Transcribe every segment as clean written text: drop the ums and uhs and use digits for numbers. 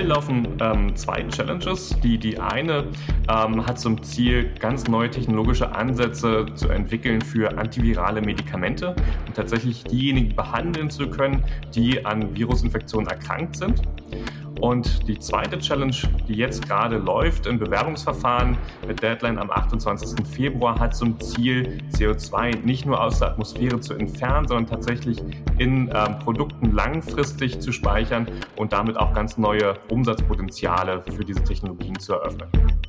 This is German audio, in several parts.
Aktuell laufen zwei Challenges. Die eine hat zum Ziel, ganz neue technologische Ansätze zu entwickeln für antivirale Medikamente und tatsächlich diejenigen behandeln zu können, die an Virusinfektionen erkrankt sind. Und die zweite Challenge, die jetzt gerade läuft im Bewerbungsverfahren mit Deadline am 28. Februar, hat zum Ziel, CO2 nicht nur aus der Atmosphäre zu entfernen, sondern tatsächlich in Produkten langfristig zu speichern und damit auch ganz neue Umsatzpotenziale für diese Technologien zu eröffnen.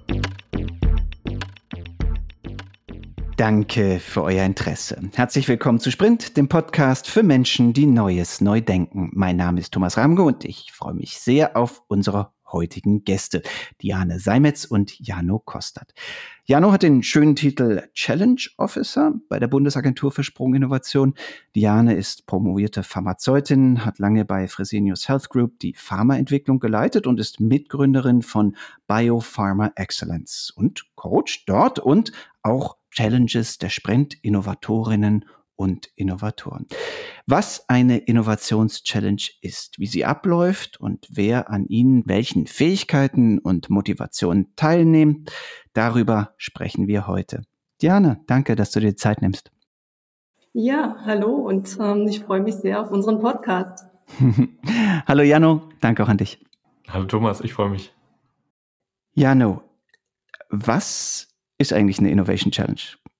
Danke für euer Interesse. Herzlich willkommen zu Sprint, dem Podcast für Menschen, die Neues neu denken. Mein Name ist Thomas Ramge und ich freue mich sehr auf unsere heutigen Gäste, Diane Seimetz und Jano Kostert. Jano hat den schönen Titel Challenge Officer bei der Bundesagentur für Sprunginnovation. Diane ist promovierte Pharmazeutin, hat lange bei Fresenius Health Group die Pharmaentwicklung geleitet und ist Mitgründerin von Biopharma Excellence und coacht dort und auch Challenges der Sprint-Innovatorinnen und Innovatoren. Was eine Innovations-Challenge ist, wie sie abläuft und wer an ihnen welchen Fähigkeiten und Motivationen teilnimmt, darüber sprechen wir heute. Diane, danke, dass du dir Zeit nimmst. Ja, hallo und ich freue mich sehr auf unseren Podcast. Hallo Jano, danke auch an dich. Hallo Thomas, ich freue mich. Jano, was ist eigentlich eine Innovation Challenge?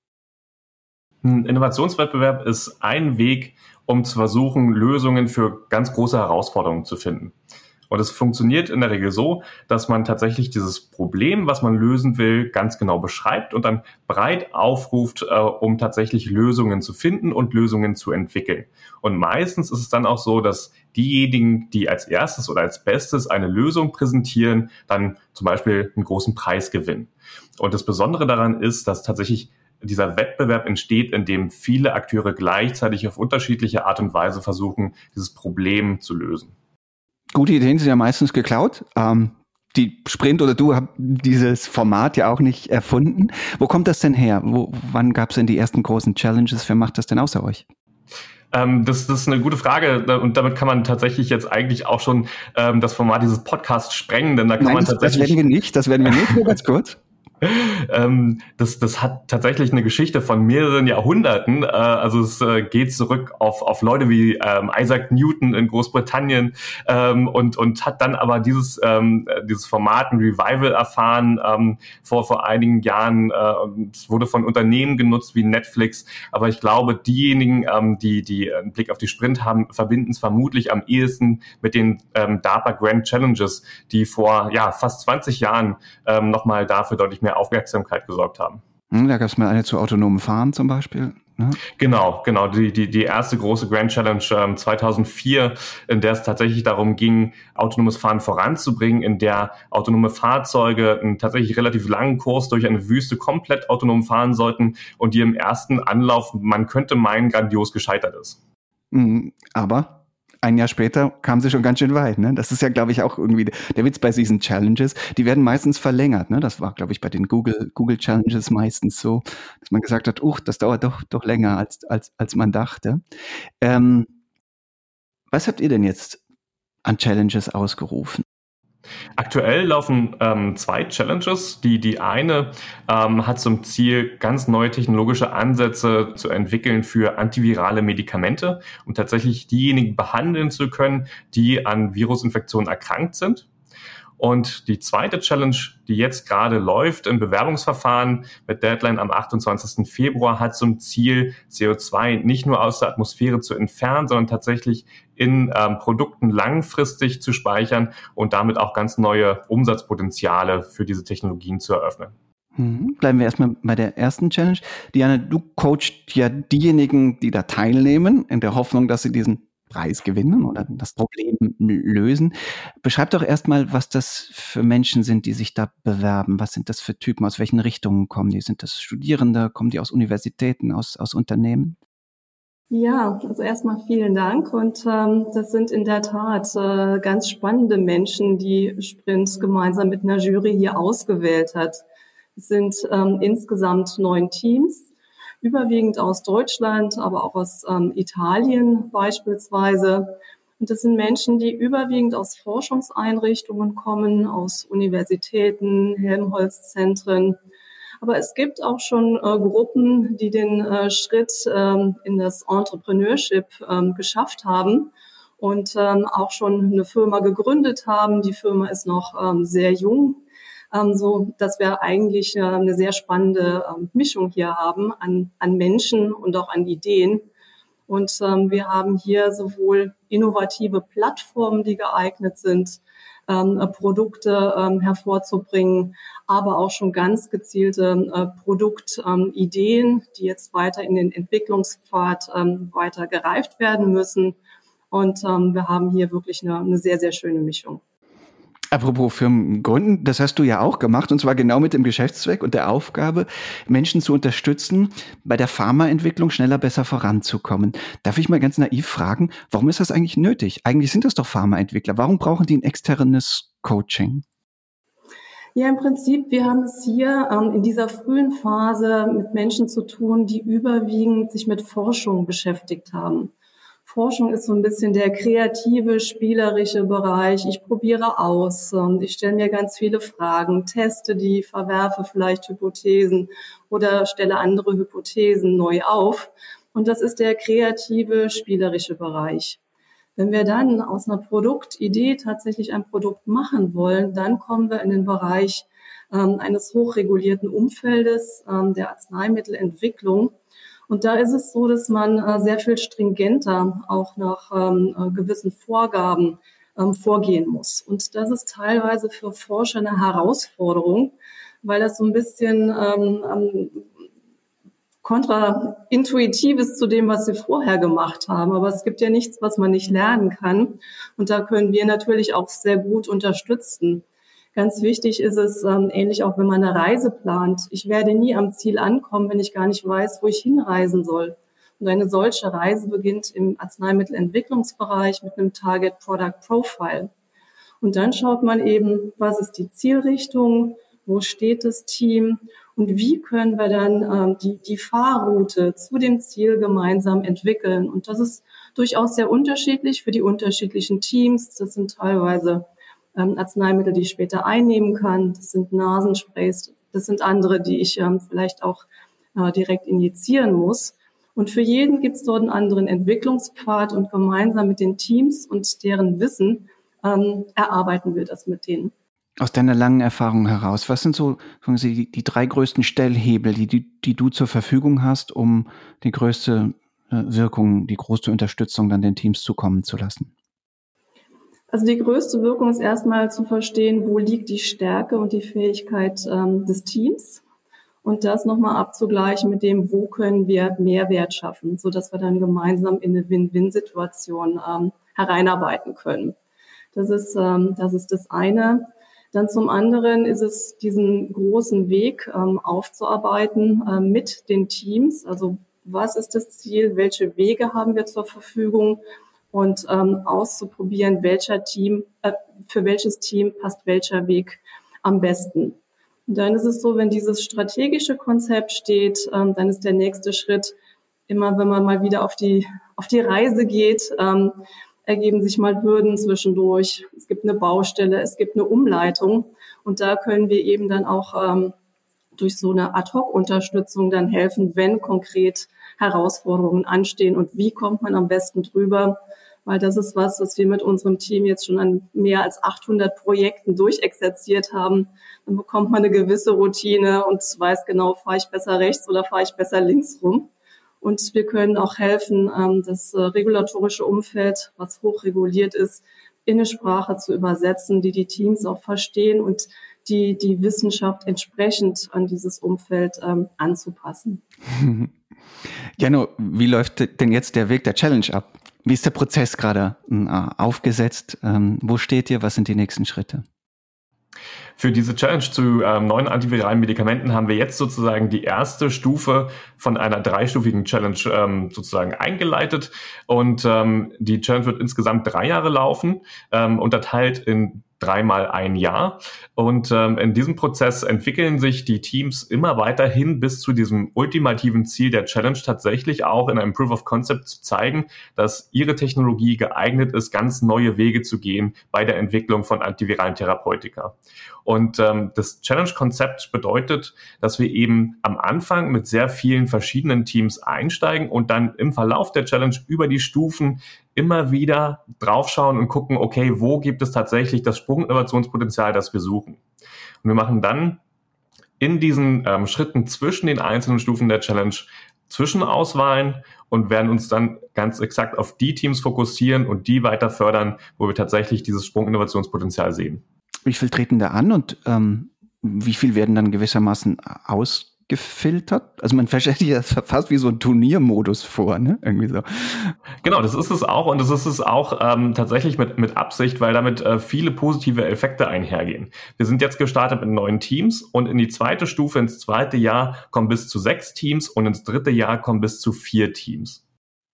Ein Innovationswettbewerb ist ein Weg, um zu versuchen, Lösungen für ganz große Herausforderungen zu finden. Und es funktioniert in der Regel so, dass man tatsächlich dieses Problem, was man lösen will, ganz genau beschreibt und dann breit aufruft, um tatsächlich Lösungen zu finden und Lösungen zu entwickeln. Und meistens ist es dann auch so, dass diejenigen, die als erstes oder als bestes eine Lösung präsentieren, dann zum Beispiel einen großen Preis gewinnen. Und das Besondere daran ist, dass tatsächlich dieser Wettbewerb entsteht, in dem viele Akteure gleichzeitig auf unterschiedliche Art und Weise versuchen, dieses Problem zu lösen. Gute Ideen sind ja meistens geklaut. Die Sprint oder du habt dieses Format ja auch nicht erfunden. Wo kommt das denn her? Wann gab es denn die ersten großen Challenges? Wer macht das denn außer euch? Das ist eine gute Frage und damit kann man tatsächlich jetzt eigentlich auch schon das Format dieses Podcasts sprengen, denn da kann man tatsächlich... Das werden wir nicht, nur ganz kurz. Das hat tatsächlich eine Geschichte von mehreren Jahrhunderten. Also es geht zurück auf Leute wie Isaac Newton in Großbritannien und hat dann aber dieses Format ein Revival erfahren vor einigen Jahren. Es wurde von Unternehmen genutzt wie Netflix. Aber ich glaube, diejenigen, die einen Blick auf die Sprint haben, verbinden es vermutlich am ehesten mit den DARPA Grand Challenges, die vor fast 20 Jahren nochmal dafür deutlich mehr Aufmerksamkeit gesorgt haben. Da gab es mal eine zu autonomen Fahren zum Beispiel. Ne? Genau. Die erste große Grand Challenge 2004, in der es tatsächlich darum ging, autonomes Fahren voranzubringen, in der autonome Fahrzeuge einen tatsächlich relativ langen Kurs durch eine Wüste komplett autonom fahren sollten und die im ersten Anlauf, man könnte meinen, grandios gescheitert ist. Aber ein Jahr später kam sie schon ganz schön weit. Ne? Das ist ja, glaube ich, auch irgendwie der Witz bei diesen Challenges. Die werden meistens verlängert. Ne? Das war, glaube ich, bei den Google Challenges meistens so, dass man gesagt hat, das dauert doch länger, als man dachte. Was habt ihr denn jetzt an Challenges ausgerufen? Aktuell laufen zwei Challenges. Die eine hat zum Ziel, ganz neue technologische Ansätze zu entwickeln für antivirale Medikamente, um tatsächlich diejenigen behandeln zu können, die an Virusinfektionen erkrankt sind. Und die zweite Challenge, die jetzt gerade läuft im Bewerbungsverfahren mit Deadline am 28. Februar, hat zum Ziel, CO2 nicht nur aus der Atmosphäre zu entfernen, sondern tatsächlich in Produkten langfristig zu speichern und damit auch ganz neue Umsatzpotenziale für diese Technologien zu eröffnen. Bleiben wir erstmal bei der ersten Challenge. Diane, du coachst ja diejenigen, die da teilnehmen, in der Hoffnung, dass sie diesen Preis gewinnen oder das Problem lösen. Beschreib doch erstmal, was das für Menschen sind, die sich da bewerben. Was sind das für Typen? Aus welchen Richtungen kommen die? Sind das Studierende? Kommen die aus Universitäten, aus Unternehmen? Ja, also erstmal vielen Dank und das sind in der Tat ganz spannende Menschen, die Sprint gemeinsam mit einer Jury hier ausgewählt hat. Es sind insgesamt 9 Teams, überwiegend aus Deutschland, aber auch aus Italien beispielsweise. Und das sind Menschen, die überwiegend aus Forschungseinrichtungen kommen, aus Universitäten, Helmholtz-Zentren. Aber es gibt auch schon Gruppen, die den Schritt in das Entrepreneurship geschafft haben und auch schon eine Firma gegründet haben. Die Firma ist noch sehr jung, so dass wir eigentlich eine sehr spannende Mischung hier haben an Menschen und auch an Ideen. Und wir haben hier sowohl innovative Plattformen, die geeignet sind, Produkte hervorzubringen, aber auch schon ganz gezielte Produktideen, die jetzt weiter in den Entwicklungspfad weiter gereift werden müssen. Und wir haben hier wirklich eine sehr, sehr schöne Mischung. Apropos Firmen gründen, das hast du ja auch gemacht, und zwar genau mit dem Geschäftszweck und der Aufgabe, Menschen zu unterstützen, bei der Pharmaentwicklung schneller, besser voranzukommen. Darf ich mal ganz naiv fragen, warum ist das eigentlich nötig? Eigentlich sind das doch Pharmaentwickler. Warum brauchen die ein externes Coaching? Ja, im Prinzip, wir haben es hier in dieser frühen Phase mit Menschen zu tun, die überwiegend sich mit Forschung beschäftigt haben. Forschung ist so ein bisschen der kreative, spielerische Bereich. Ich probiere aus, ich stelle mir ganz viele Fragen, teste die, verwerfe vielleicht Hypothesen oder stelle andere Hypothesen neu auf. Und das ist der kreative, spielerische Bereich. Wenn wir dann aus einer Produktidee tatsächlich ein Produkt machen wollen, dann kommen wir in den Bereich eines hochregulierten Umfeldes der Arzneimittelentwicklung. Und da ist es so, dass man sehr viel stringenter auch nach gewissen Vorgaben vorgehen muss. Und das ist teilweise für Forscher eine Herausforderung, weil das so ein bisschen kontraintuitiv ist zu dem, was sie vorher gemacht haben. Aber es gibt ja nichts, was man nicht lernen kann. Und da können wir natürlich auch sehr gut unterstützen. Ganz wichtig ist es, ähnlich auch wenn man eine Reise plant. Ich werde nie am Ziel ankommen, wenn ich gar nicht weiß, wo ich hinreisen soll. Und eine solche Reise beginnt im Arzneimittelentwicklungsbereich mit einem Target Product Profile. Und dann schaut man eben, was ist die Zielrichtung, wo steht das Team und wie können wir dann die Fahrroute zu dem Ziel gemeinsam entwickeln. Und das ist durchaus sehr unterschiedlich für die unterschiedlichen Teams. Das sind teilweise Arzneimittel, die ich später einnehmen kann. Das sind Nasensprays, das sind andere, die ich vielleicht auch direkt injizieren muss. Und für jeden gibt es dort einen anderen Entwicklungspfad und gemeinsam mit den Teams und deren Wissen erarbeiten wir das mit denen. Aus deiner langen Erfahrung heraus, was sind so sagen Sie, die 3 größten Stellhebel, die du zur Verfügung hast, um die größte Wirkung, die größte Unterstützung dann den Teams zukommen zu lassen? Also die größte Wirkung ist erstmal zu verstehen, wo liegt die Stärke und die Fähigkeit des Teams und das nochmal abzugleichen mit dem, wo können wir Mehrwert schaffen, sodass wir dann gemeinsam in eine Win-Win-Situation hereinarbeiten können. Das ist das eine. Dann zum anderen ist es, diesen großen Weg aufzuarbeiten mit den Teams. Also was ist das Ziel, welche Wege haben wir zur Verfügung? Und auszuprobieren, für welches Team passt welcher Weg am besten. Und dann ist es so, wenn dieses strategische Konzept steht, dann ist der nächste Schritt immer, wenn man mal wieder auf die Reise geht, ergeben sich mal Hürden zwischendurch. Es gibt eine Baustelle, es gibt eine Umleitung. Und da können wir eben dann auch durch so eine Ad-Hoc-Unterstützung dann helfen, wenn konkret Herausforderungen anstehen und wie kommt man am besten drüber. Weil das ist was wir mit unserem Team jetzt schon an mehr als 800 Projekten durchexerziert haben. Dann bekommt man eine gewisse Routine und weiß genau, fahre ich besser rechts oder fahre ich besser links rum. Und wir können auch helfen, das regulatorische Umfeld, was hochreguliert ist, in eine Sprache zu übersetzen, die die Teams auch verstehen und die Wissenschaft entsprechend an dieses Umfeld anzupassen. Jano, wie läuft denn jetzt der Weg der Challenge ab? Wie ist der Prozess gerade aufgesetzt? Wo steht ihr? Was sind die nächsten Schritte? Für diese Challenge zu neuen antiviralen Medikamenten haben wir jetzt sozusagen die erste Stufe von einer 3-stufigen Challenge sozusagen eingeleitet. Und die Challenge wird insgesamt 3 Jahre laufen, unterteilt in dreimal ein Jahr. Und in diesem Prozess entwickeln sich die Teams immer weiter hin bis zu diesem ultimativen Ziel der Challenge, tatsächlich auch in einem Proof of Concept zu zeigen, dass ihre Technologie geeignet ist, ganz neue Wege zu gehen bei der Entwicklung von antiviralen Therapeutika. Und das Challenge-Konzept bedeutet, dass wir eben am Anfang mit sehr vielen verschiedenen Teams einsteigen und dann im Verlauf der Challenge über die Stufen immer wieder draufschauen und gucken, okay, wo gibt es tatsächlich das Sprunginnovationspotenzial, das wir suchen. Und wir machen dann in diesen Schritten zwischen den einzelnen Stufen der Challenge Zwischenauswahlen und werden uns dann ganz exakt auf die Teams fokussieren und die weiter fördern, wo wir tatsächlich dieses Sprunginnovationspotenzial sehen. Wie viel treten da an und wie viel werden dann gewissermaßen ausgefiltert? Also man stellt sich das fast wie so ein Turniermodus vor, ne? Irgendwie so. Genau, das ist es auch und das ist es auch tatsächlich mit Absicht, weil damit viele positive Effekte einhergehen. Wir sind jetzt gestartet mit 9 Teams und in die zweite Stufe, ins zweite Jahr kommen bis zu 6 Teams und ins dritte Jahr kommen bis zu 4 Teams.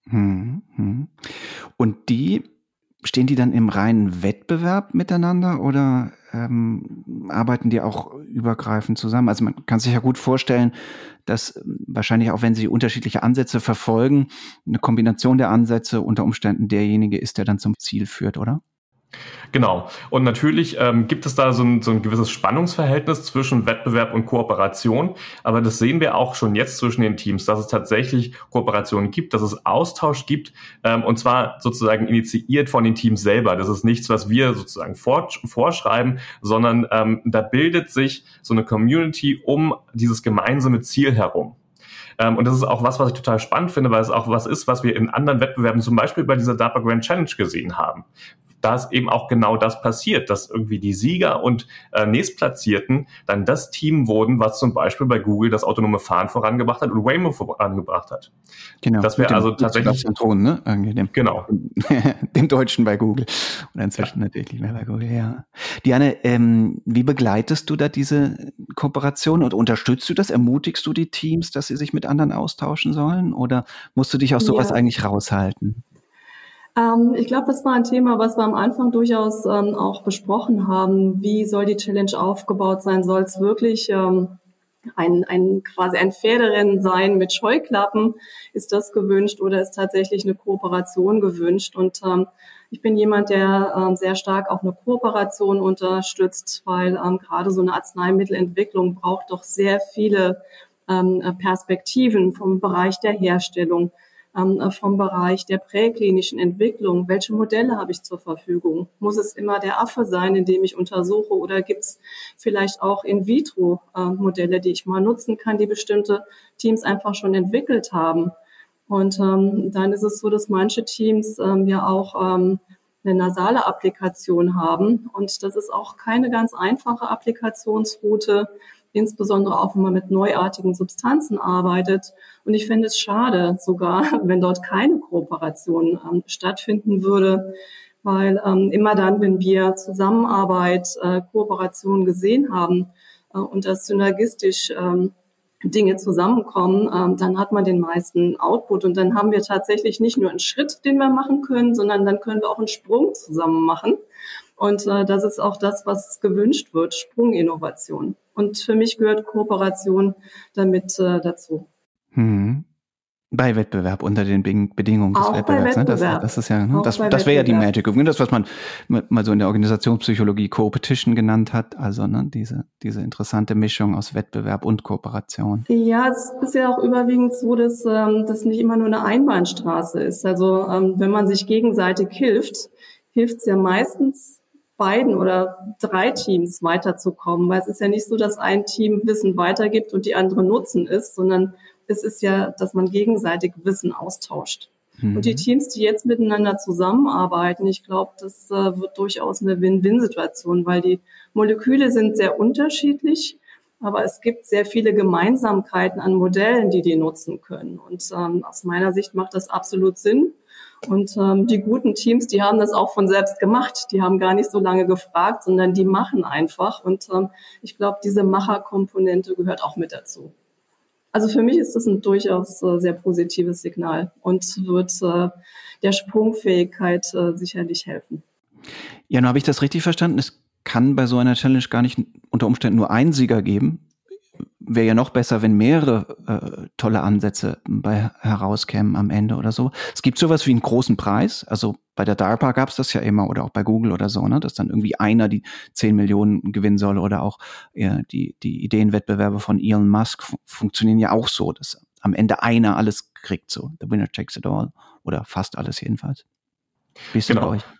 Und stehen die dann im reinen Wettbewerb miteinander oder arbeiten die auch übergreifend zusammen? Also man kann sich ja gut vorstellen, dass wahrscheinlich auch wenn sie unterschiedliche Ansätze verfolgen, eine Kombination der Ansätze unter Umständen derjenige ist, der dann zum Ziel führt, oder? Genau. Und natürlich gibt es da so ein gewisses Spannungsverhältnis zwischen Wettbewerb und Kooperation. Aber das sehen wir auch schon jetzt zwischen den Teams, dass es tatsächlich Kooperationen gibt, dass es Austausch gibt, und zwar sozusagen initiiert von den Teams selber. Das ist nichts, was wir sozusagen vorschreiben, sondern da bildet sich so eine Community um dieses gemeinsame Ziel herum. Und das ist auch was ich total spannend finde, weil es auch was ist, was wir in anderen Wettbewerben, zum Beispiel bei dieser DARPA Grand Challenge gesehen haben. Da ist eben auch genau das passiert, dass irgendwie die Sieger und Nächstplatzierten dann das Team wurden, was zum Beispiel bei Google das autonome Fahren vorangebracht hat und Waymo vorangebracht hat. Genau. Das wäre also tatsächlich ne? Genau. Dem Deutschen bei Google. Und inzwischen natürlich nicht mehr bei Google, ja. Diane, wie begleitest du da diese Kooperation und unterstützt du das? Ermutigst du die Teams, dass sie sich mit anderen austauschen sollen? Oder musst du dich aus sowas eigentlich raushalten? Ich glaube, das war ein Thema, was wir am Anfang durchaus auch besprochen haben. Wie soll die Challenge aufgebaut sein? Soll es wirklich quasi ein Pferderennen sein mit Scheuklappen? Ist das gewünscht oder ist tatsächlich eine Kooperation gewünscht? Und ich bin jemand, der sehr stark auch eine Kooperation unterstützt, weil gerade so eine Arzneimittelentwicklung braucht doch sehr viele Perspektiven vom Bereich der Herstellung, vom Bereich der präklinischen Entwicklung. Welche Modelle habe ich zur Verfügung? Muss es immer der Affe sein, in dem ich untersuche, oder gibt es vielleicht auch In-vitro-Modelle, die ich mal nutzen kann, die bestimmte Teams einfach schon entwickelt haben? Und dann ist es so, dass manche Teams ja auch eine nasale Applikation haben. Und das ist auch keine ganz einfache Applikationsroute, insbesondere auch, wenn man mit neuartigen Substanzen arbeitet. Und ich fände es schade sogar, wenn dort keine Kooperation stattfinden würde, weil immer dann, wenn wir Zusammenarbeit, Kooperation gesehen haben und das synergistisch Dinge zusammenkommen, dann hat man den meisten Output und dann haben wir tatsächlich nicht nur einen Schritt, den wir machen können, sondern dann können wir auch einen Sprung zusammen machen. Und das ist auch das, was gewünscht wird, Sprunginnovation. Und für mich gehört Kooperation damit dazu. Bei Wettbewerb, unter den Bedingungen des auch Wettbewerbs. Bei Wettbewerb. Ne? Das ist ja, ne? Das wäre ja die Magic of Win, das, was man mal so in der Organisationspsychologie Co-Opetition genannt hat. Also ne, diese interessante Mischung aus Wettbewerb und Kooperation. Ja, es ist ja auch überwiegend so, dass das nicht immer nur eine Einbahnstraße ist. Also wenn man sich gegenseitig hilft es ja meistens beiden oder 3 Teams weiterzukommen, weil es ist ja nicht so, dass ein Team Wissen weitergibt und die andere Nutzen ist, sondern es ist ja, dass man gegenseitig Wissen austauscht. Und die Teams, die jetzt miteinander zusammenarbeiten, ich glaube, das wird durchaus eine Win-Win-Situation, weil die Moleküle sind sehr unterschiedlich, aber es gibt sehr viele Gemeinsamkeiten an Modellen, die nutzen können. Und aus meiner Sicht macht das absolut Sinn. Und die guten Teams, die haben das auch von selbst gemacht. Die haben gar nicht so lange gefragt, sondern die machen einfach. Und ich glaube, diese Macherkomponente gehört auch mit dazu. Also für mich ist das ein durchaus sehr positives Signal und wird der Sprungfähigkeit sicherlich helfen. Ja, nun habe ich das richtig verstanden. Es kann bei so einer Challenge gar nicht unter Umständen nur einen Sieger geben. Wäre ja noch besser, wenn mehrere tolle Ansätze bei herauskämen am Ende oder so. Es gibt sowas wie einen großen Preis. Also bei der DARPA gab es das ja immer oder auch bei Google oder so, ne, dass dann irgendwie einer die 10 Millionen gewinnen soll oder auch die Ideenwettbewerbe von Elon Musk funktionieren ja auch so, dass am Ende einer alles kriegt, so the winner takes it all oder fast alles jedenfalls. Wie ist das bei euch?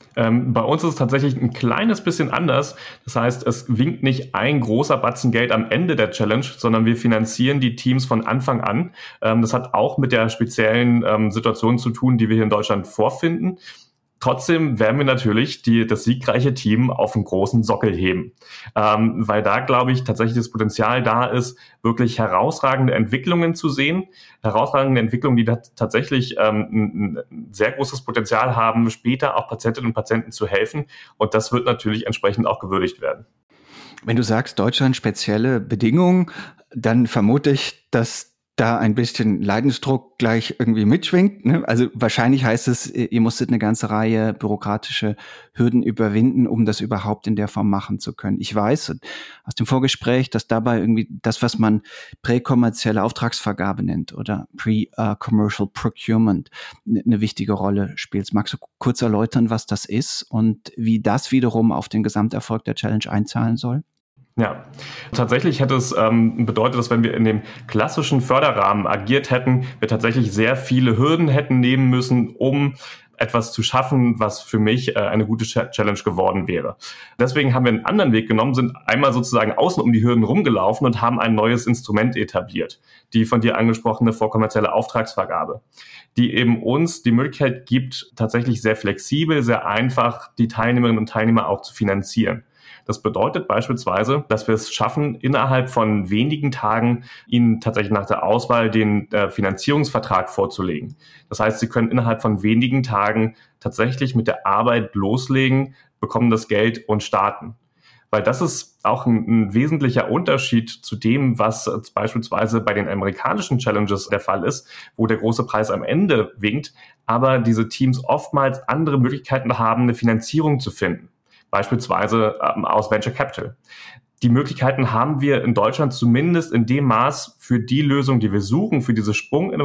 Bei uns ist es tatsächlich ein kleines bisschen anders. Das heißt, es winkt nicht ein großer Batzen Geld am Ende der Challenge, sondern wir finanzieren die Teams von Anfang an. Das hat auch mit der speziellen Situation zu tun, die wir hier in Deutschland vorfinden. Trotzdem werden wir natürlich das siegreiche Team auf einen großen Sockel heben, weil da, glaube ich, tatsächlich das Potenzial da ist, wirklich herausragende Entwicklungen zu sehen, herausragende Entwicklungen, die tatsächlich ein sehr großes Potenzial haben, später auch Patientinnen und Patienten zu helfen, und das wird natürlich entsprechend auch gewürdigt werden. Wenn du sagst, Deutschland spezielle Bedingungen, dann vermute ich, dass da ein bisschen Leidensdruck gleich irgendwie mitschwingt, ne? Also wahrscheinlich heißt es, ihr musstet eine ganze Reihe bürokratische Hürden überwinden, um das überhaupt in der Form machen zu können. Ich weiß aus dem Vorgespräch, dass dabei irgendwie das, was man präkommerzielle Auftragsvergabe nennt oder Pre-Commercial Procurement, eine wichtige Rolle spielt. Magst du kurz erläutern, was das ist und wie das wiederum auf den Gesamterfolg der Challenge einzahlen soll? Ja, tatsächlich hätte es bedeutet, dass wenn wir in dem klassischen Förderrahmen agiert hätten, wir tatsächlich sehr viele Hürden hätten nehmen müssen, um etwas zu schaffen, was für mich eine gute Challenge geworden wäre. Deswegen haben wir einen anderen Weg genommen, sind einmal sozusagen außen um die Hürden rumgelaufen und haben ein neues Instrument etabliert, die von dir angesprochene vorkommerzielle Auftragsvergabe, die eben uns die Möglichkeit gibt, tatsächlich sehr flexibel, sehr einfach die Teilnehmerinnen und Teilnehmer auch zu finanzieren. Das bedeutet beispielsweise, dass wir es schaffen, innerhalb von wenigen Tagen ihnen tatsächlich nach der Auswahl den Finanzierungsvertrag vorzulegen. Das heißt, sie können innerhalb von wenigen Tagen tatsächlich mit der Arbeit loslegen, bekommen das Geld und starten. Weil das ist auch ein wesentlicher Unterschied zu dem, was beispielsweise bei den amerikanischen Challenges der Fall ist, wo der große Preis am Ende winkt, aber diese Teams oftmals andere Möglichkeiten haben, eine Finanzierung zu finden. Beispielsweise aus Venture Capital. Die Möglichkeiten haben wir in Deutschland zumindest in dem Maß für die Lösung, die wir suchen, für diese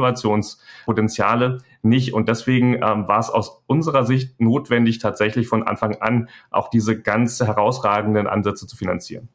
Sprunginnovationspotenziale nicht. Und deswegen war es aus unserer Sicht notwendig, tatsächlich von Anfang an auch diese ganz herausragenden Ansätze zu finanzieren.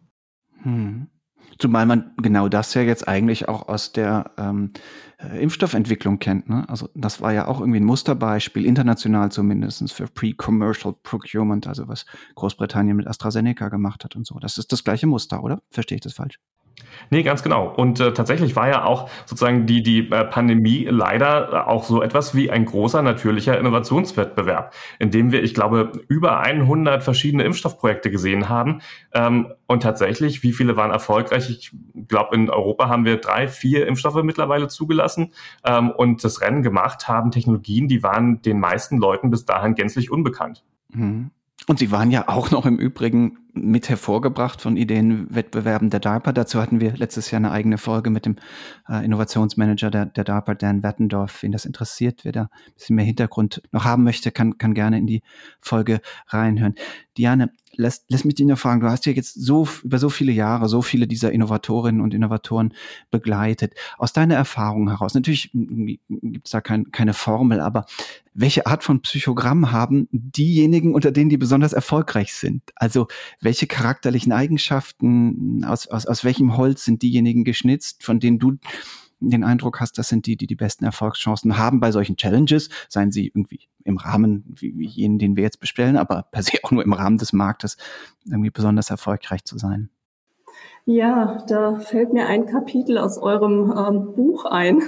Zumal man genau das ja jetzt eigentlich auch aus der Impfstoffentwicklung kennt, ne? Also das war ja auch irgendwie ein Musterbeispiel, international zumindest, für Pre-Commercial Procurement, also was Großbritannien mit AstraZeneca gemacht hat und so. Das ist das gleiche Muster, oder? Verstehe ich das falsch? Nee, ganz genau. Und tatsächlich war ja auch sozusagen die Pandemie leider auch so etwas wie ein großer natürlicher Innovationswettbewerb, in dem wir, ich glaube, über 100 verschiedene Impfstoffprojekte gesehen haben. Und tatsächlich, wie viele waren erfolgreich? Ich glaube, in Europa haben wir 3, 4 Impfstoffe mittlerweile zugelassen und das Rennen gemacht haben Technologien, die waren den meisten Leuten bis dahin gänzlich unbekannt. Mhm. Und sie waren ja auch noch im Übrigen mit hervorgebracht von Ideenwettbewerben der DARPA. Dazu hatten wir letztes Jahr eine eigene Folge mit dem Innovationsmanager der DARPA, Dan Wattendorf. Wen das interessiert, wer da ein bisschen mehr Hintergrund noch haben möchte, kann gerne in die Folge reinhören. Diane, lass mich dich noch fragen, du hast ja jetzt über so viele Jahre so viele dieser Innovatorinnen und Innovatoren begleitet. Aus deiner Erfahrung heraus, natürlich gibt es da keine Formel, aber welche Art von Psychogramm haben diejenigen unter denen, die besonders erfolgreich sind? Also welche charakterlichen Eigenschaften, aus welchem Holz sind diejenigen geschnitzt, von denen du den Eindruck hast, das sind die besten Erfolgschancen haben bei solchen Challenges, seien sie irgendwie im Rahmen wie jenen, den wir jetzt bestellen, aber per se auch nur im Rahmen des Marktes irgendwie besonders erfolgreich zu sein? Ja, da fällt mir ein Kapitel aus eurem Buch ein.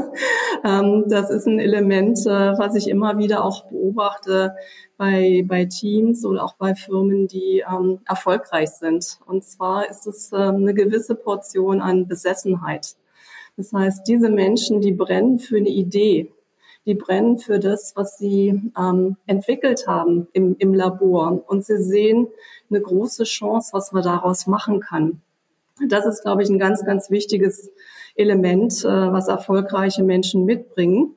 Das ist ein Element, was ich immer wieder auch beobachte bei Teams oder auch bei Firmen, die erfolgreich sind. Und zwar ist es eine gewisse Portion an Besessenheit. Das heißt, diese Menschen, die brennen für eine Idee, die brennen für das, was sie entwickelt haben im Labor. Und sie sehen eine große Chance, was man daraus machen kann. Das ist, glaube ich, ein ganz, ganz wichtiges Element, was erfolgreiche Menschen mitbringen.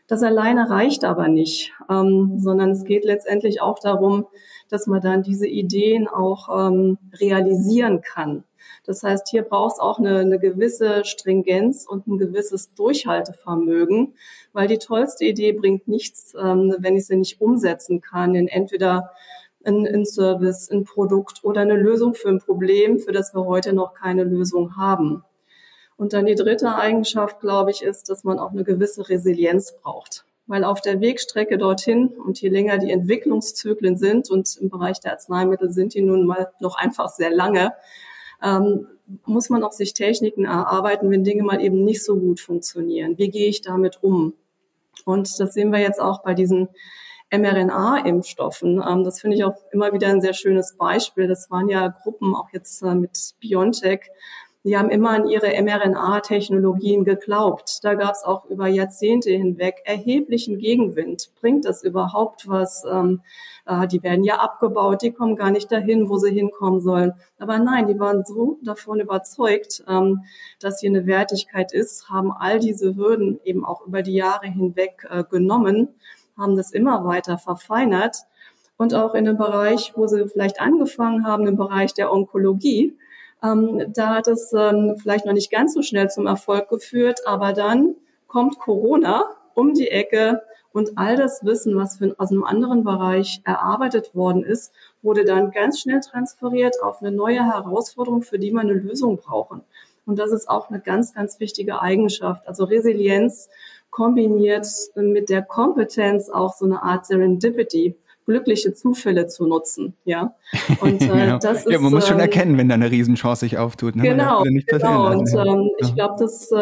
Das alleine reicht aber nicht, sondern es geht letztendlich auch darum, dass man dann diese Ideen auch realisieren kann. Das heißt, hier braucht es auch eine gewisse Stringenz und ein gewisses Durchhaltevermögen, weil die tollste Idee bringt nichts, wenn ich sie nicht umsetzen kann in entweder ein Service, ein Produkt oder eine Lösung für ein Problem, für das wir heute noch keine Lösung haben. Und dann die dritte Eigenschaft, glaube ich, ist, dass man auch eine gewisse Resilienz braucht. Weil auf der Wegstrecke dorthin und je länger die Entwicklungszyklen sind, und im Bereich der Arzneimittel sind die nun mal noch einfach sehr lange, muss man auch sich Techniken erarbeiten, wenn Dinge mal eben nicht so gut funktionieren. Wie gehe ich damit um? Und das sehen wir jetzt auch bei diesen mRNA-Impfstoffen. Das finde ich auch immer wieder ein sehr schönes Beispiel. Das waren ja Gruppen, auch jetzt mit BioNTech, die haben immer an ihre mRNA-Technologien geglaubt. Da gab es auch über Jahrzehnte hinweg erheblichen Gegenwind. Bringt das überhaupt was? Die werden ja abgebaut, die kommen gar nicht dahin, wo sie hinkommen sollen. Aber nein, die waren so davon überzeugt, dass hier eine Wertigkeit ist, haben all diese Hürden eben auch über die Jahre hinweg genommen, haben das immer weiter verfeinert. Und auch in dem Bereich, wo sie vielleicht angefangen haben, im Bereich der Onkologie, da hat es vielleicht noch nicht ganz so schnell zum Erfolg geführt, aber dann kommt Corona um die Ecke und all das Wissen, was aus einem anderen Bereich erarbeitet worden ist, wurde dann ganz schnell transferiert auf eine neue Herausforderung, für die wir eine Lösung brauchen. Und das ist auch eine ganz, ganz wichtige Eigenschaft. Also Resilienz kombiniert mit der Kompetenz auch so eine Art Serendipity, glückliche Zufälle zu nutzen, ja. Und das ist, man muss schon erkennen, wenn da eine Riesenchance sich auftut. Ne? Genau. Und ich glaube, das ist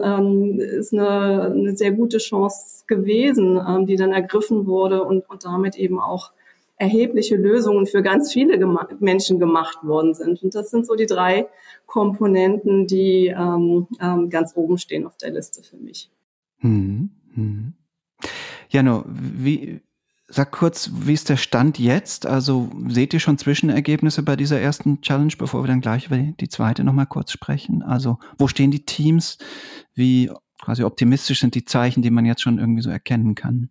eine sehr gute Chance gewesen, die dann ergriffen wurde und damit eben auch erhebliche Lösungen für ganz viele Menschen gemacht worden sind. Und das sind so die 3 Komponenten, die ganz oben stehen auf der Liste für mich. Jano, sag kurz, wie ist der Stand jetzt? Also seht ihr schon Zwischenergebnisse bei dieser ersten Challenge, bevor wir dann gleich über die zweite nochmal kurz sprechen? Also wo stehen die Teams? Wie quasi optimistisch sind die Zeichen, die man jetzt schon irgendwie so erkennen kann?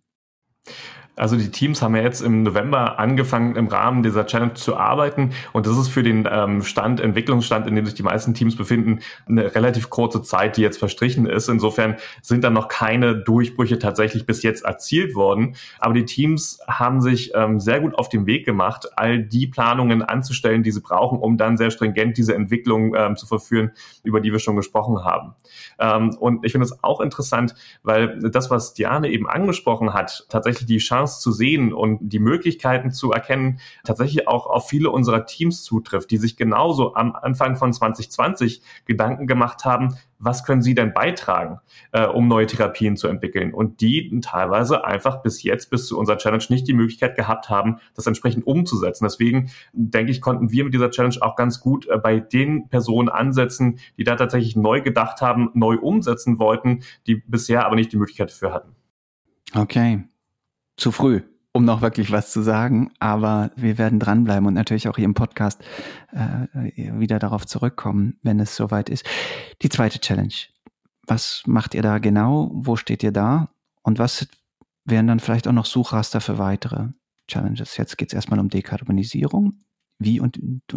Also die Teams haben ja jetzt im November angefangen, im Rahmen dieser Challenge zu arbeiten. Und das ist für den Entwicklungsstand, in dem sich die meisten Teams befinden, eine relativ kurze Zeit, die jetzt verstrichen ist. Insofern sind dann noch keine Durchbrüche tatsächlich bis jetzt erzielt worden. Aber die Teams haben sich sehr gut auf den Weg gemacht, all die Planungen anzustellen, die sie brauchen, um dann sehr stringent diese Entwicklung zu verführen, über die wir schon gesprochen haben. Und ich finde es auch interessant, weil das, was Diane eben angesprochen hat, tatsächlich die Chance zu sehen und die Möglichkeiten zu erkennen, tatsächlich auch auf viele unserer Teams zutrifft, die sich genauso am Anfang von 2020 Gedanken gemacht haben, was können sie denn beitragen, um neue Therapien zu entwickeln, und die teilweise einfach bis zu unserer Challenge nicht die Möglichkeit gehabt haben, das entsprechend umzusetzen. Deswegen denke ich, konnten wir mit dieser Challenge auch ganz gut bei den Personen ansetzen, die da tatsächlich neu gedacht haben, neu umsetzen wollten, die bisher aber nicht die Möglichkeit dafür hatten. Okay. Zu früh, um noch wirklich was zu sagen, aber wir werden dranbleiben und natürlich auch hier im Podcast wieder darauf zurückkommen, wenn es soweit ist. Die zweite Challenge. Was macht ihr da genau? Wo steht ihr da? Und was wären dann vielleicht auch noch Suchraster für weitere Challenges? Jetzt geht es erstmal um Dekarbonisierung. Wie und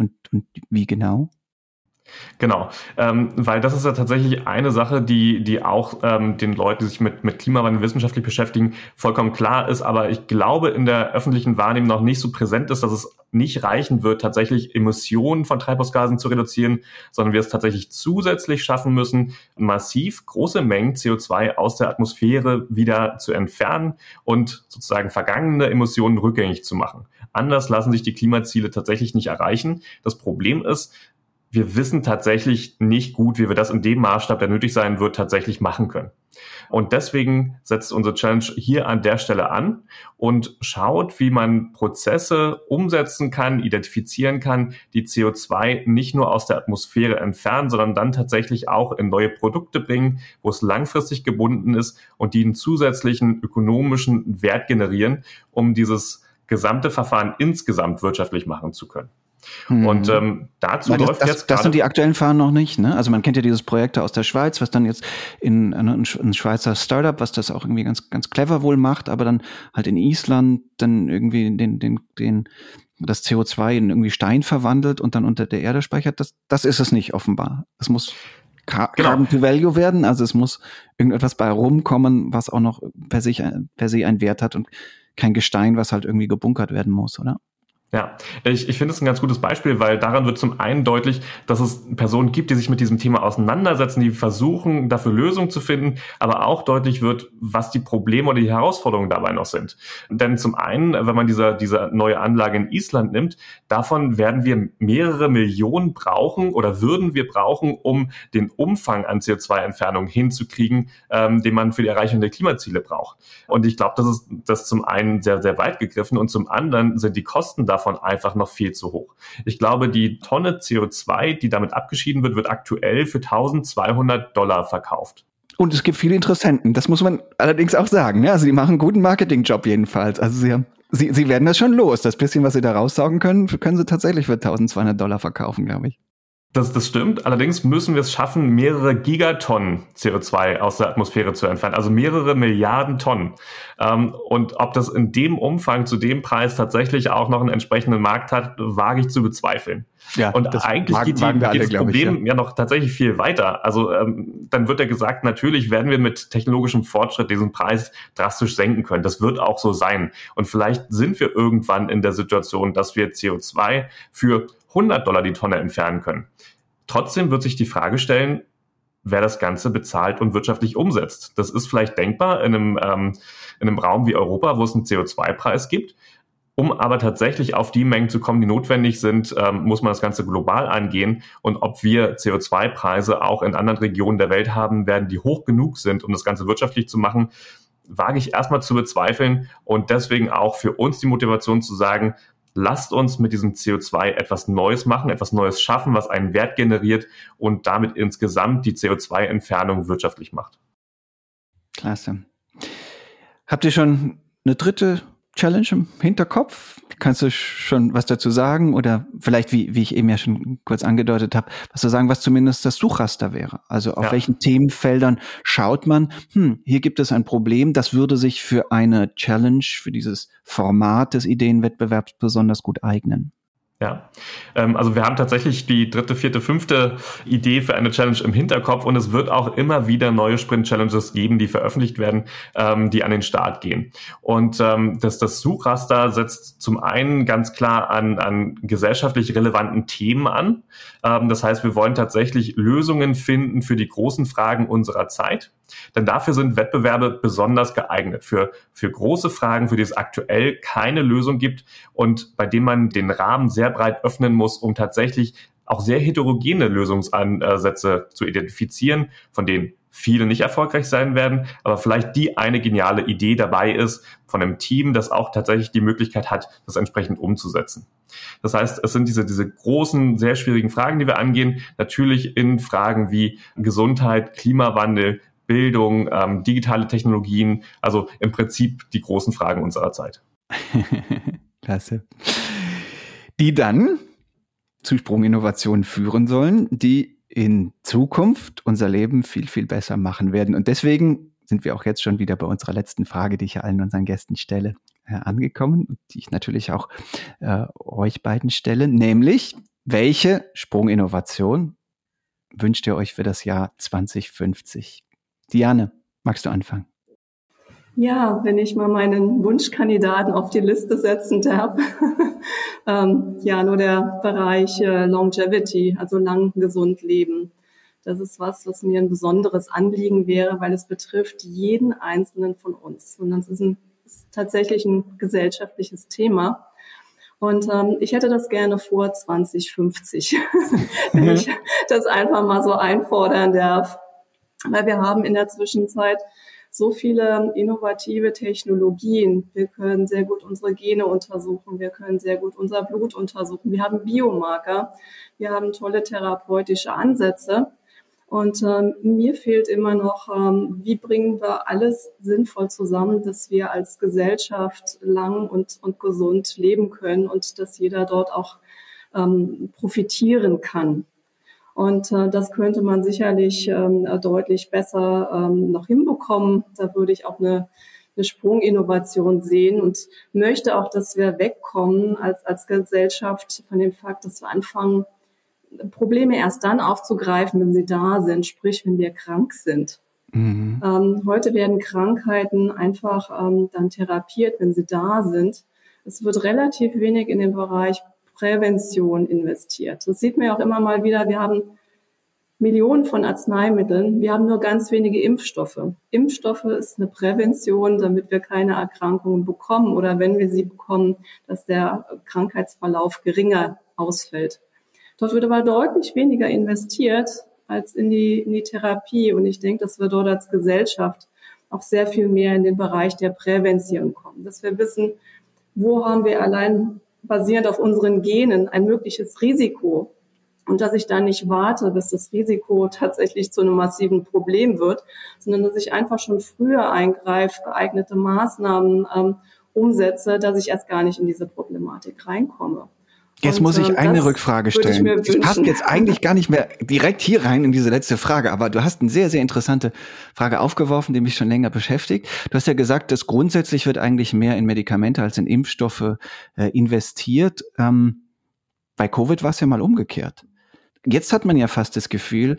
wie genau? Genau, weil das ist ja tatsächlich eine Sache, die auch den Leuten, die sich mit Klimawandel wissenschaftlich beschäftigen, vollkommen klar ist, aber ich glaube in der öffentlichen Wahrnehmung noch nicht so präsent ist, dass es nicht reichen wird, tatsächlich Emissionen von Treibhausgasen zu reduzieren, sondern wir es tatsächlich zusätzlich schaffen müssen, massiv große Mengen CO2 aus der Atmosphäre wieder zu entfernen und sozusagen vergangene Emissionen rückgängig zu machen. Anders lassen sich die Klimaziele tatsächlich nicht erreichen. Das Problem ist, wir wissen tatsächlich nicht gut, wie wir das in dem Maßstab, der nötig sein wird, tatsächlich machen können. Und deswegen setzt unsere Challenge hier an der Stelle an und schaut, wie man Prozesse umsetzen kann, identifizieren kann, die CO2 nicht nur aus der Atmosphäre entfernen, sondern dann tatsächlich auch in neue Produkte bringen, wo es langfristig gebunden ist und die einen zusätzlichen ökonomischen Wert generieren, um dieses gesamte Verfahren insgesamt wirtschaftlich machen zu können. Und dazu läuft jetzt das sind die aktuellen Fahren noch nicht, ne? Also man kennt ja dieses Projekt aus der Schweiz, was dann jetzt in ein Schweizer Startup, was das auch irgendwie ganz, ganz clever wohl macht, aber dann halt in Island dann irgendwie das CO2 in irgendwie Stein verwandelt und dann unter der Erde speichert. Das ist es nicht offenbar. Es muss Carbon to Value werden, also es muss irgendetwas bei rumkommen, was auch noch per se einen Wert hat und kein Gestein, was halt irgendwie gebunkert werden muss, oder? Ja, ich finde es ein ganz gutes Beispiel, weil daran wird zum einen deutlich, dass es Personen gibt, die sich mit diesem Thema auseinandersetzen, die versuchen, dafür Lösungen zu finden, aber auch deutlich wird, was die Probleme oder die Herausforderungen dabei noch sind. Denn zum einen, wenn man diese neue Anlage in Island nimmt, davon werden wir mehrere Millionen brauchen oder würden wir brauchen, um den Umfang an CO2-Entfernung hinzukriegen, den man für die Erreichung der Klimaziele braucht. Und ich glaube, das ist zum einen sehr, sehr weit gegriffen und zum anderen sind die Kosten davon einfach noch viel zu hoch. Ich glaube, die Tonne CO2, die damit abgeschieden wird aktuell für $1.200 verkauft. Und es gibt viele Interessenten, das muss man allerdings auch sagen. Ne? Also die machen einen guten Marketingjob jedenfalls. Also sie werden das schon los. Das bisschen, was sie da raussaugen können sie tatsächlich für $1.200 verkaufen, glaube ich. Das stimmt. Allerdings müssen wir es schaffen, mehrere Gigatonnen CO2 aus der Atmosphäre zu entfernen, also mehrere Milliarden Tonnen. Und ob das in dem Umfang zu dem Preis tatsächlich auch noch einen entsprechenden Markt hat, wage ich zu bezweifeln. Ja, und eigentlich geht das Problem ja noch tatsächlich viel weiter. Also dann wird ja gesagt, natürlich werden wir mit technologischem Fortschritt diesen Preis drastisch senken können. Das wird auch so sein. Und vielleicht sind wir irgendwann in der Situation, dass wir CO2 für $100 die Tonne entfernen können. Trotzdem wird sich die Frage stellen, wer das Ganze bezahlt und wirtschaftlich umsetzt. Das ist vielleicht denkbar in einem Raum wie Europa, wo es einen CO2-Preis gibt. Um aber tatsächlich auf die Mengen zu kommen, die notwendig sind, muss man das Ganze global angehen. Und ob wir CO2-Preise auch in anderen Regionen der Welt haben werden, die hoch genug sind, um das Ganze wirtschaftlich zu machen, wage ich erstmal zu bezweifeln. Und deswegen auch für uns die Motivation zu sagen, lasst uns mit diesem CO2 etwas Neues machen, etwas Neues schaffen, was einen Wert generiert und damit insgesamt die CO2-Entfernung wirtschaftlich macht. Klasse. Habt ihr schon eine dritte Challenge im Hinterkopf? Kannst du schon was dazu sagen? Oder vielleicht, wie ich eben ja schon kurz angedeutet habe, was zu sagen, was zumindest das Suchraster wäre? Also auf welchen Themenfeldern schaut man, hier gibt es ein Problem, das würde sich für eine Challenge, für dieses Format des Ideenwettbewerbs besonders gut eignen. Ja, also wir haben tatsächlich die 3., 4., 5. Idee für eine Challenge im Hinterkopf und es wird auch immer wieder neue Sprint-Challenges geben, die veröffentlicht werden, die an den Start gehen. Und das Suchraster setzt zum einen ganz klar an gesellschaftlich relevanten Themen an. Das heißt, wir wollen tatsächlich Lösungen finden für die großen Fragen unserer Zeit. Denn dafür sind Wettbewerbe besonders geeignet. Für große Fragen, für die es aktuell keine Lösung gibt und bei denen man den Rahmen sehr breit öffnen muss, um tatsächlich auch sehr heterogene Lösungsansätze zu identifizieren, von denen viele nicht erfolgreich sein werden, aber vielleicht die eine geniale Idee dabei ist von einem Team, das auch tatsächlich die Möglichkeit hat, das entsprechend umzusetzen. Das heißt, es sind diese großen, sehr schwierigen Fragen, die wir angehen, natürlich in Fragen wie Gesundheit, Klimawandel, Bildung, digitale Technologien, also im Prinzip die großen Fragen unserer Zeit. Klasse. Die dann zu Sprunginnovationen führen sollen, die in Zukunft unser Leben viel, viel besser machen werden. Und deswegen sind wir auch jetzt schon wieder bei unserer letzten Frage, die ich ja allen unseren Gästen stelle, angekommen, die ich natürlich auch euch beiden stelle, nämlich, welche Sprunginnovation wünscht ihr euch für das Jahr 2050? Diane, magst du anfangen? Ja, wenn ich mal meinen Wunschkandidaten auf die Liste setzen darf. Nur der Bereich Longevity, also lang gesund leben. Das ist was mir ein besonderes Anliegen wäre, weil es betrifft jeden Einzelnen von uns. Und das ist tatsächlich ein gesellschaftliches Thema. Und ich hätte das gerne vor 2050, wenn ich das einfach mal so einfordern darf. Weil wir haben in der Zwischenzeit so viele innovative Technologien. Wir können sehr gut unsere Gene untersuchen. Wir können sehr gut unser Blut untersuchen. Wir haben Biomarker. Wir haben tolle therapeutische Ansätze. Und mir fehlt immer noch, wie bringen wir alles sinnvoll zusammen, dass wir als Gesellschaft lang und gesund leben können und dass jeder dort auch profitieren kann. Und das könnte man sicherlich deutlich besser noch hinbekommen. Da würde ich auch eine Sprunginnovation sehen und möchte auch, dass wir wegkommen als Gesellschaft von dem Fakt, dass wir anfangen, Probleme erst dann aufzugreifen, wenn sie da sind, sprich, wenn wir krank sind. Mhm. Heute werden Krankheiten einfach dann therapiert, wenn sie da sind. Es wird relativ wenig in den Bereich Prävention investiert. Das sieht man ja auch immer mal wieder. Wir haben Millionen von Arzneimitteln. Wir haben nur ganz wenige Impfstoffe. Impfstoffe ist eine Prävention, damit wir keine Erkrankungen bekommen oder wenn wir sie bekommen, dass der Krankheitsverlauf geringer ausfällt. Dort wird aber deutlich weniger investiert als in die Therapie. Und ich denke, dass wir dort als Gesellschaft auch sehr viel mehr in den Bereich der Prävention kommen. Dass wir wissen, wo haben wir allein basierend auf unseren Genen ein mögliches Risiko. Und dass ich da nicht warte, bis das Risiko tatsächlich zu einem massiven Problem wird, sondern dass ich einfach schon früher eingreife, geeignete Maßnahmen umsetze, dass ich erst gar nicht in diese Problematik reinkomme. Jetzt muss ich eine Rückfrage stellen. Das passt jetzt eigentlich gar nicht mehr direkt hier rein in diese letzte Frage, aber du hast eine sehr, sehr interessante Frage aufgeworfen, die mich schon länger beschäftigt. Du hast ja gesagt, dass grundsätzlich wird eigentlich mehr in Medikamente als in Impfstoffe investiert. Bei Covid war es ja mal umgekehrt. Jetzt hat man ja fast das Gefühl,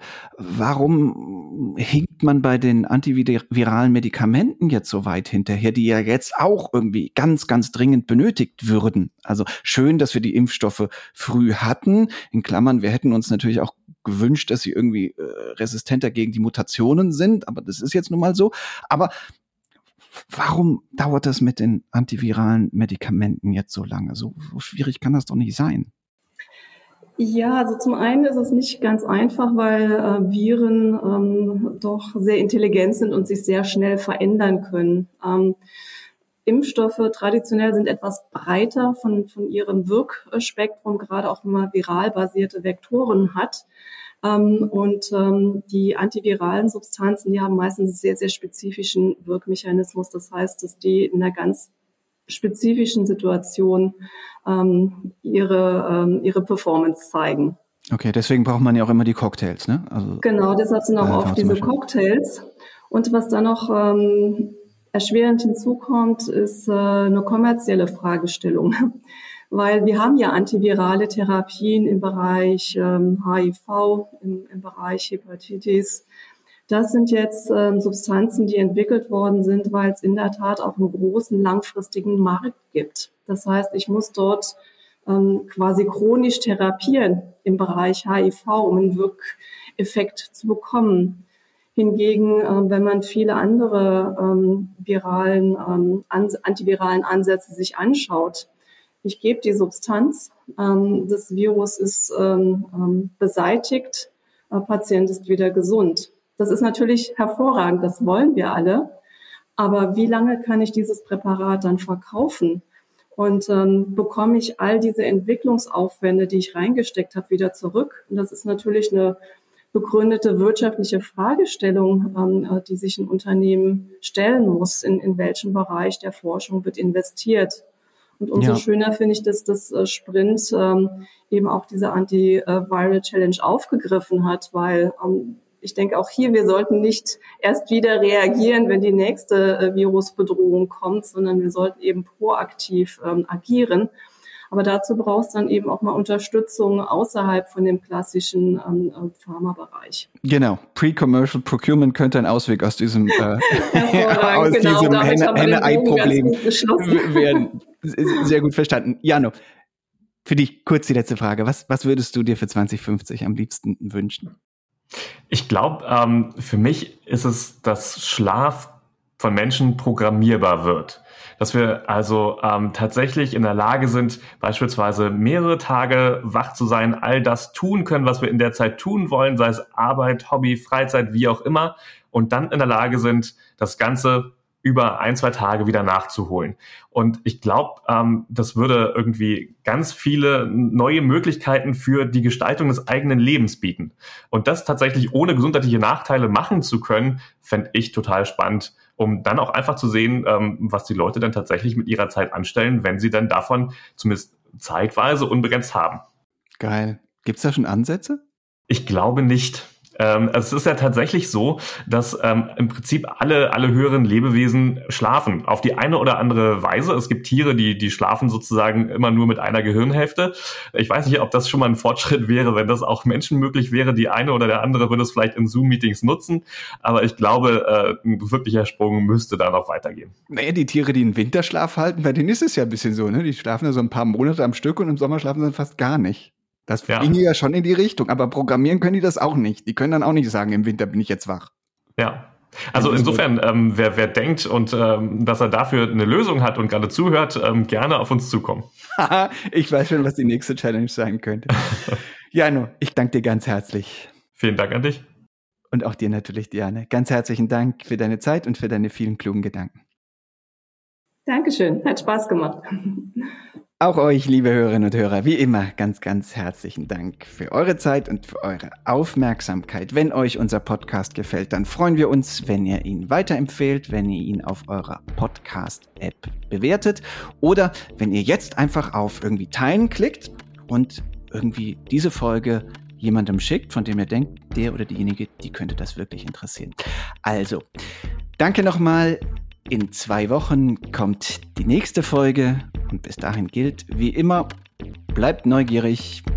warum hinkt man bei den antiviralen Medikamenten jetzt so weit hinterher, die ja jetzt auch irgendwie ganz, ganz dringend benötigt würden. Also schön, dass wir die Impfstoffe früh hatten. In Klammern, wir hätten uns natürlich auch gewünscht, dass sie irgendwie resistenter gegen die Mutationen sind, aber das ist jetzt nun mal so. Aber warum dauert das mit den antiviralen Medikamenten jetzt so lange? So schwierig kann das doch nicht sein. Ja, also zum einen ist es nicht ganz einfach, weil Viren doch sehr intelligent sind und sich sehr schnell verändern können. Impfstoffe traditionell sind etwas breiter von ihrem Wirkspektrum, gerade auch wenn man viral basierte Vektoren hat. Die antiviralen Substanzen, die haben meistens einen sehr, sehr spezifischen Wirkmechanismus. Das heißt, dass die in einer ganz spezifischen Situation ihre Performance zeigen. Okay, deswegen braucht man ja auch immer die Cocktails, ne? Also, genau, deshalb sind auch oft diese Cocktails. Und was dann noch erschwerend hinzukommt, ist eine kommerzielle Fragestellung. Weil wir haben ja antivirale Therapien im Bereich HIV, im Bereich Hepatitis. Das sind jetzt Substanzen, die entwickelt worden sind, weil es in der Tat auch einen großen langfristigen Markt gibt. Das heißt, ich muss dort quasi chronisch therapieren im Bereich HIV, um einen Wirkeffekt zu bekommen. Hingegen, wenn man viele andere antiviralen Ansätze sich anschaut, ich gebe die Substanz, das Virus ist beseitigt, Patient ist wieder gesund. Das ist natürlich hervorragend, das wollen wir alle. Aber wie lange kann ich dieses Präparat dann verkaufen? Und bekomme ich all diese Entwicklungsaufwände, die ich reingesteckt habe, wieder zurück? Und das ist natürlich eine begründete wirtschaftliche Fragestellung, die sich ein Unternehmen stellen muss, in welchem Bereich der Forschung wird investiert. Und umso schöner finde ich, dass das Sprint eben auch diese Antiviral Challenge aufgegriffen hat, weil ich denke auch hier, wir sollten nicht erst wieder reagieren, wenn die nächste Virusbedrohung kommt, sondern wir sollten eben proaktiv agieren. Aber dazu braucht es dann eben auch mal Unterstützung außerhalb von dem klassischen Pharmabereich. Genau, Pre-Commercial Procurement könnte ein Ausweg aus diesem diesem Henne-Ei-Problem werden. Sehr gut verstanden. Jano, für dich kurz die letzte Frage. Was würdest du dir für 2050 am liebsten wünschen? Ich glaube, für mich ist es, dass Schlaf von Menschen programmierbar wird. Dass wir also tatsächlich in der Lage sind, beispielsweise mehrere Tage wach zu sein, all das tun können, was wir in der Zeit tun wollen, sei es Arbeit, Hobby, Freizeit, wie auch immer, und dann in der Lage sind, das Ganze über 1-2 Tage wieder nachzuholen. Und ich glaube, das würde irgendwie ganz viele neue Möglichkeiten für die Gestaltung des eigenen Lebens bieten. Und das tatsächlich ohne gesundheitliche Nachteile machen zu können, fände ich total spannend, um dann auch einfach zu sehen, was die Leute dann tatsächlich mit ihrer Zeit anstellen, wenn sie dann davon zumindest zeitweise unbegrenzt haben. Geil. Gibt's da schon Ansätze? Ich glaube nicht. Es ist ja tatsächlich so, dass im Prinzip alle höheren Lebewesen schlafen. Auf die eine oder andere Weise. Es gibt Tiere, die schlafen sozusagen immer nur mit einer Gehirnhälfte. Ich weiß nicht, ob das schon mal ein Fortschritt wäre, wenn das auch Menschen möglich wäre. Die eine oder der andere würde es vielleicht in Zoom-Meetings nutzen. Aber ich glaube, ein wirklicher Sprung müsste da noch weitergehen. Naja, die Tiere, die einen Winterschlaf halten, bei denen ist es ja ein bisschen so, ne? Die schlafen ja so ein paar Monate am Stück und im Sommer schlafen sie dann fast gar nicht. Das ginge ja schon in die Richtung, aber programmieren können die das auch nicht. Die können dann auch nicht sagen, im Winter bin ich jetzt wach. Ja, also insofern, wer denkt und dass er dafür eine Lösung hat und gerade zuhört, gerne auf uns zukommen. Ich weiß schon, was die nächste Challenge sein könnte. Jano, ich danke dir ganz herzlich. Vielen Dank an dich. Und auch dir natürlich, Diane. Ganz herzlichen Dank für deine Zeit und für deine vielen klugen Gedanken. Dankeschön, hat Spaß gemacht. Auch euch, liebe Hörerinnen und Hörer, wie immer ganz, ganz herzlichen Dank für eure Zeit und für eure Aufmerksamkeit. Wenn euch unser Podcast gefällt, dann freuen wir uns, wenn ihr ihn weiterempfehlt, wenn ihr ihn auf eurer Podcast-App bewertet oder wenn ihr jetzt einfach auf irgendwie Teilen klickt und irgendwie diese Folge jemandem schickt, von dem ihr denkt, der oder diejenige, die könnte das wirklich interessieren. Also, danke nochmal. In 2 Wochen kommt die nächste Folge und bis dahin gilt, wie immer, bleibt neugierig,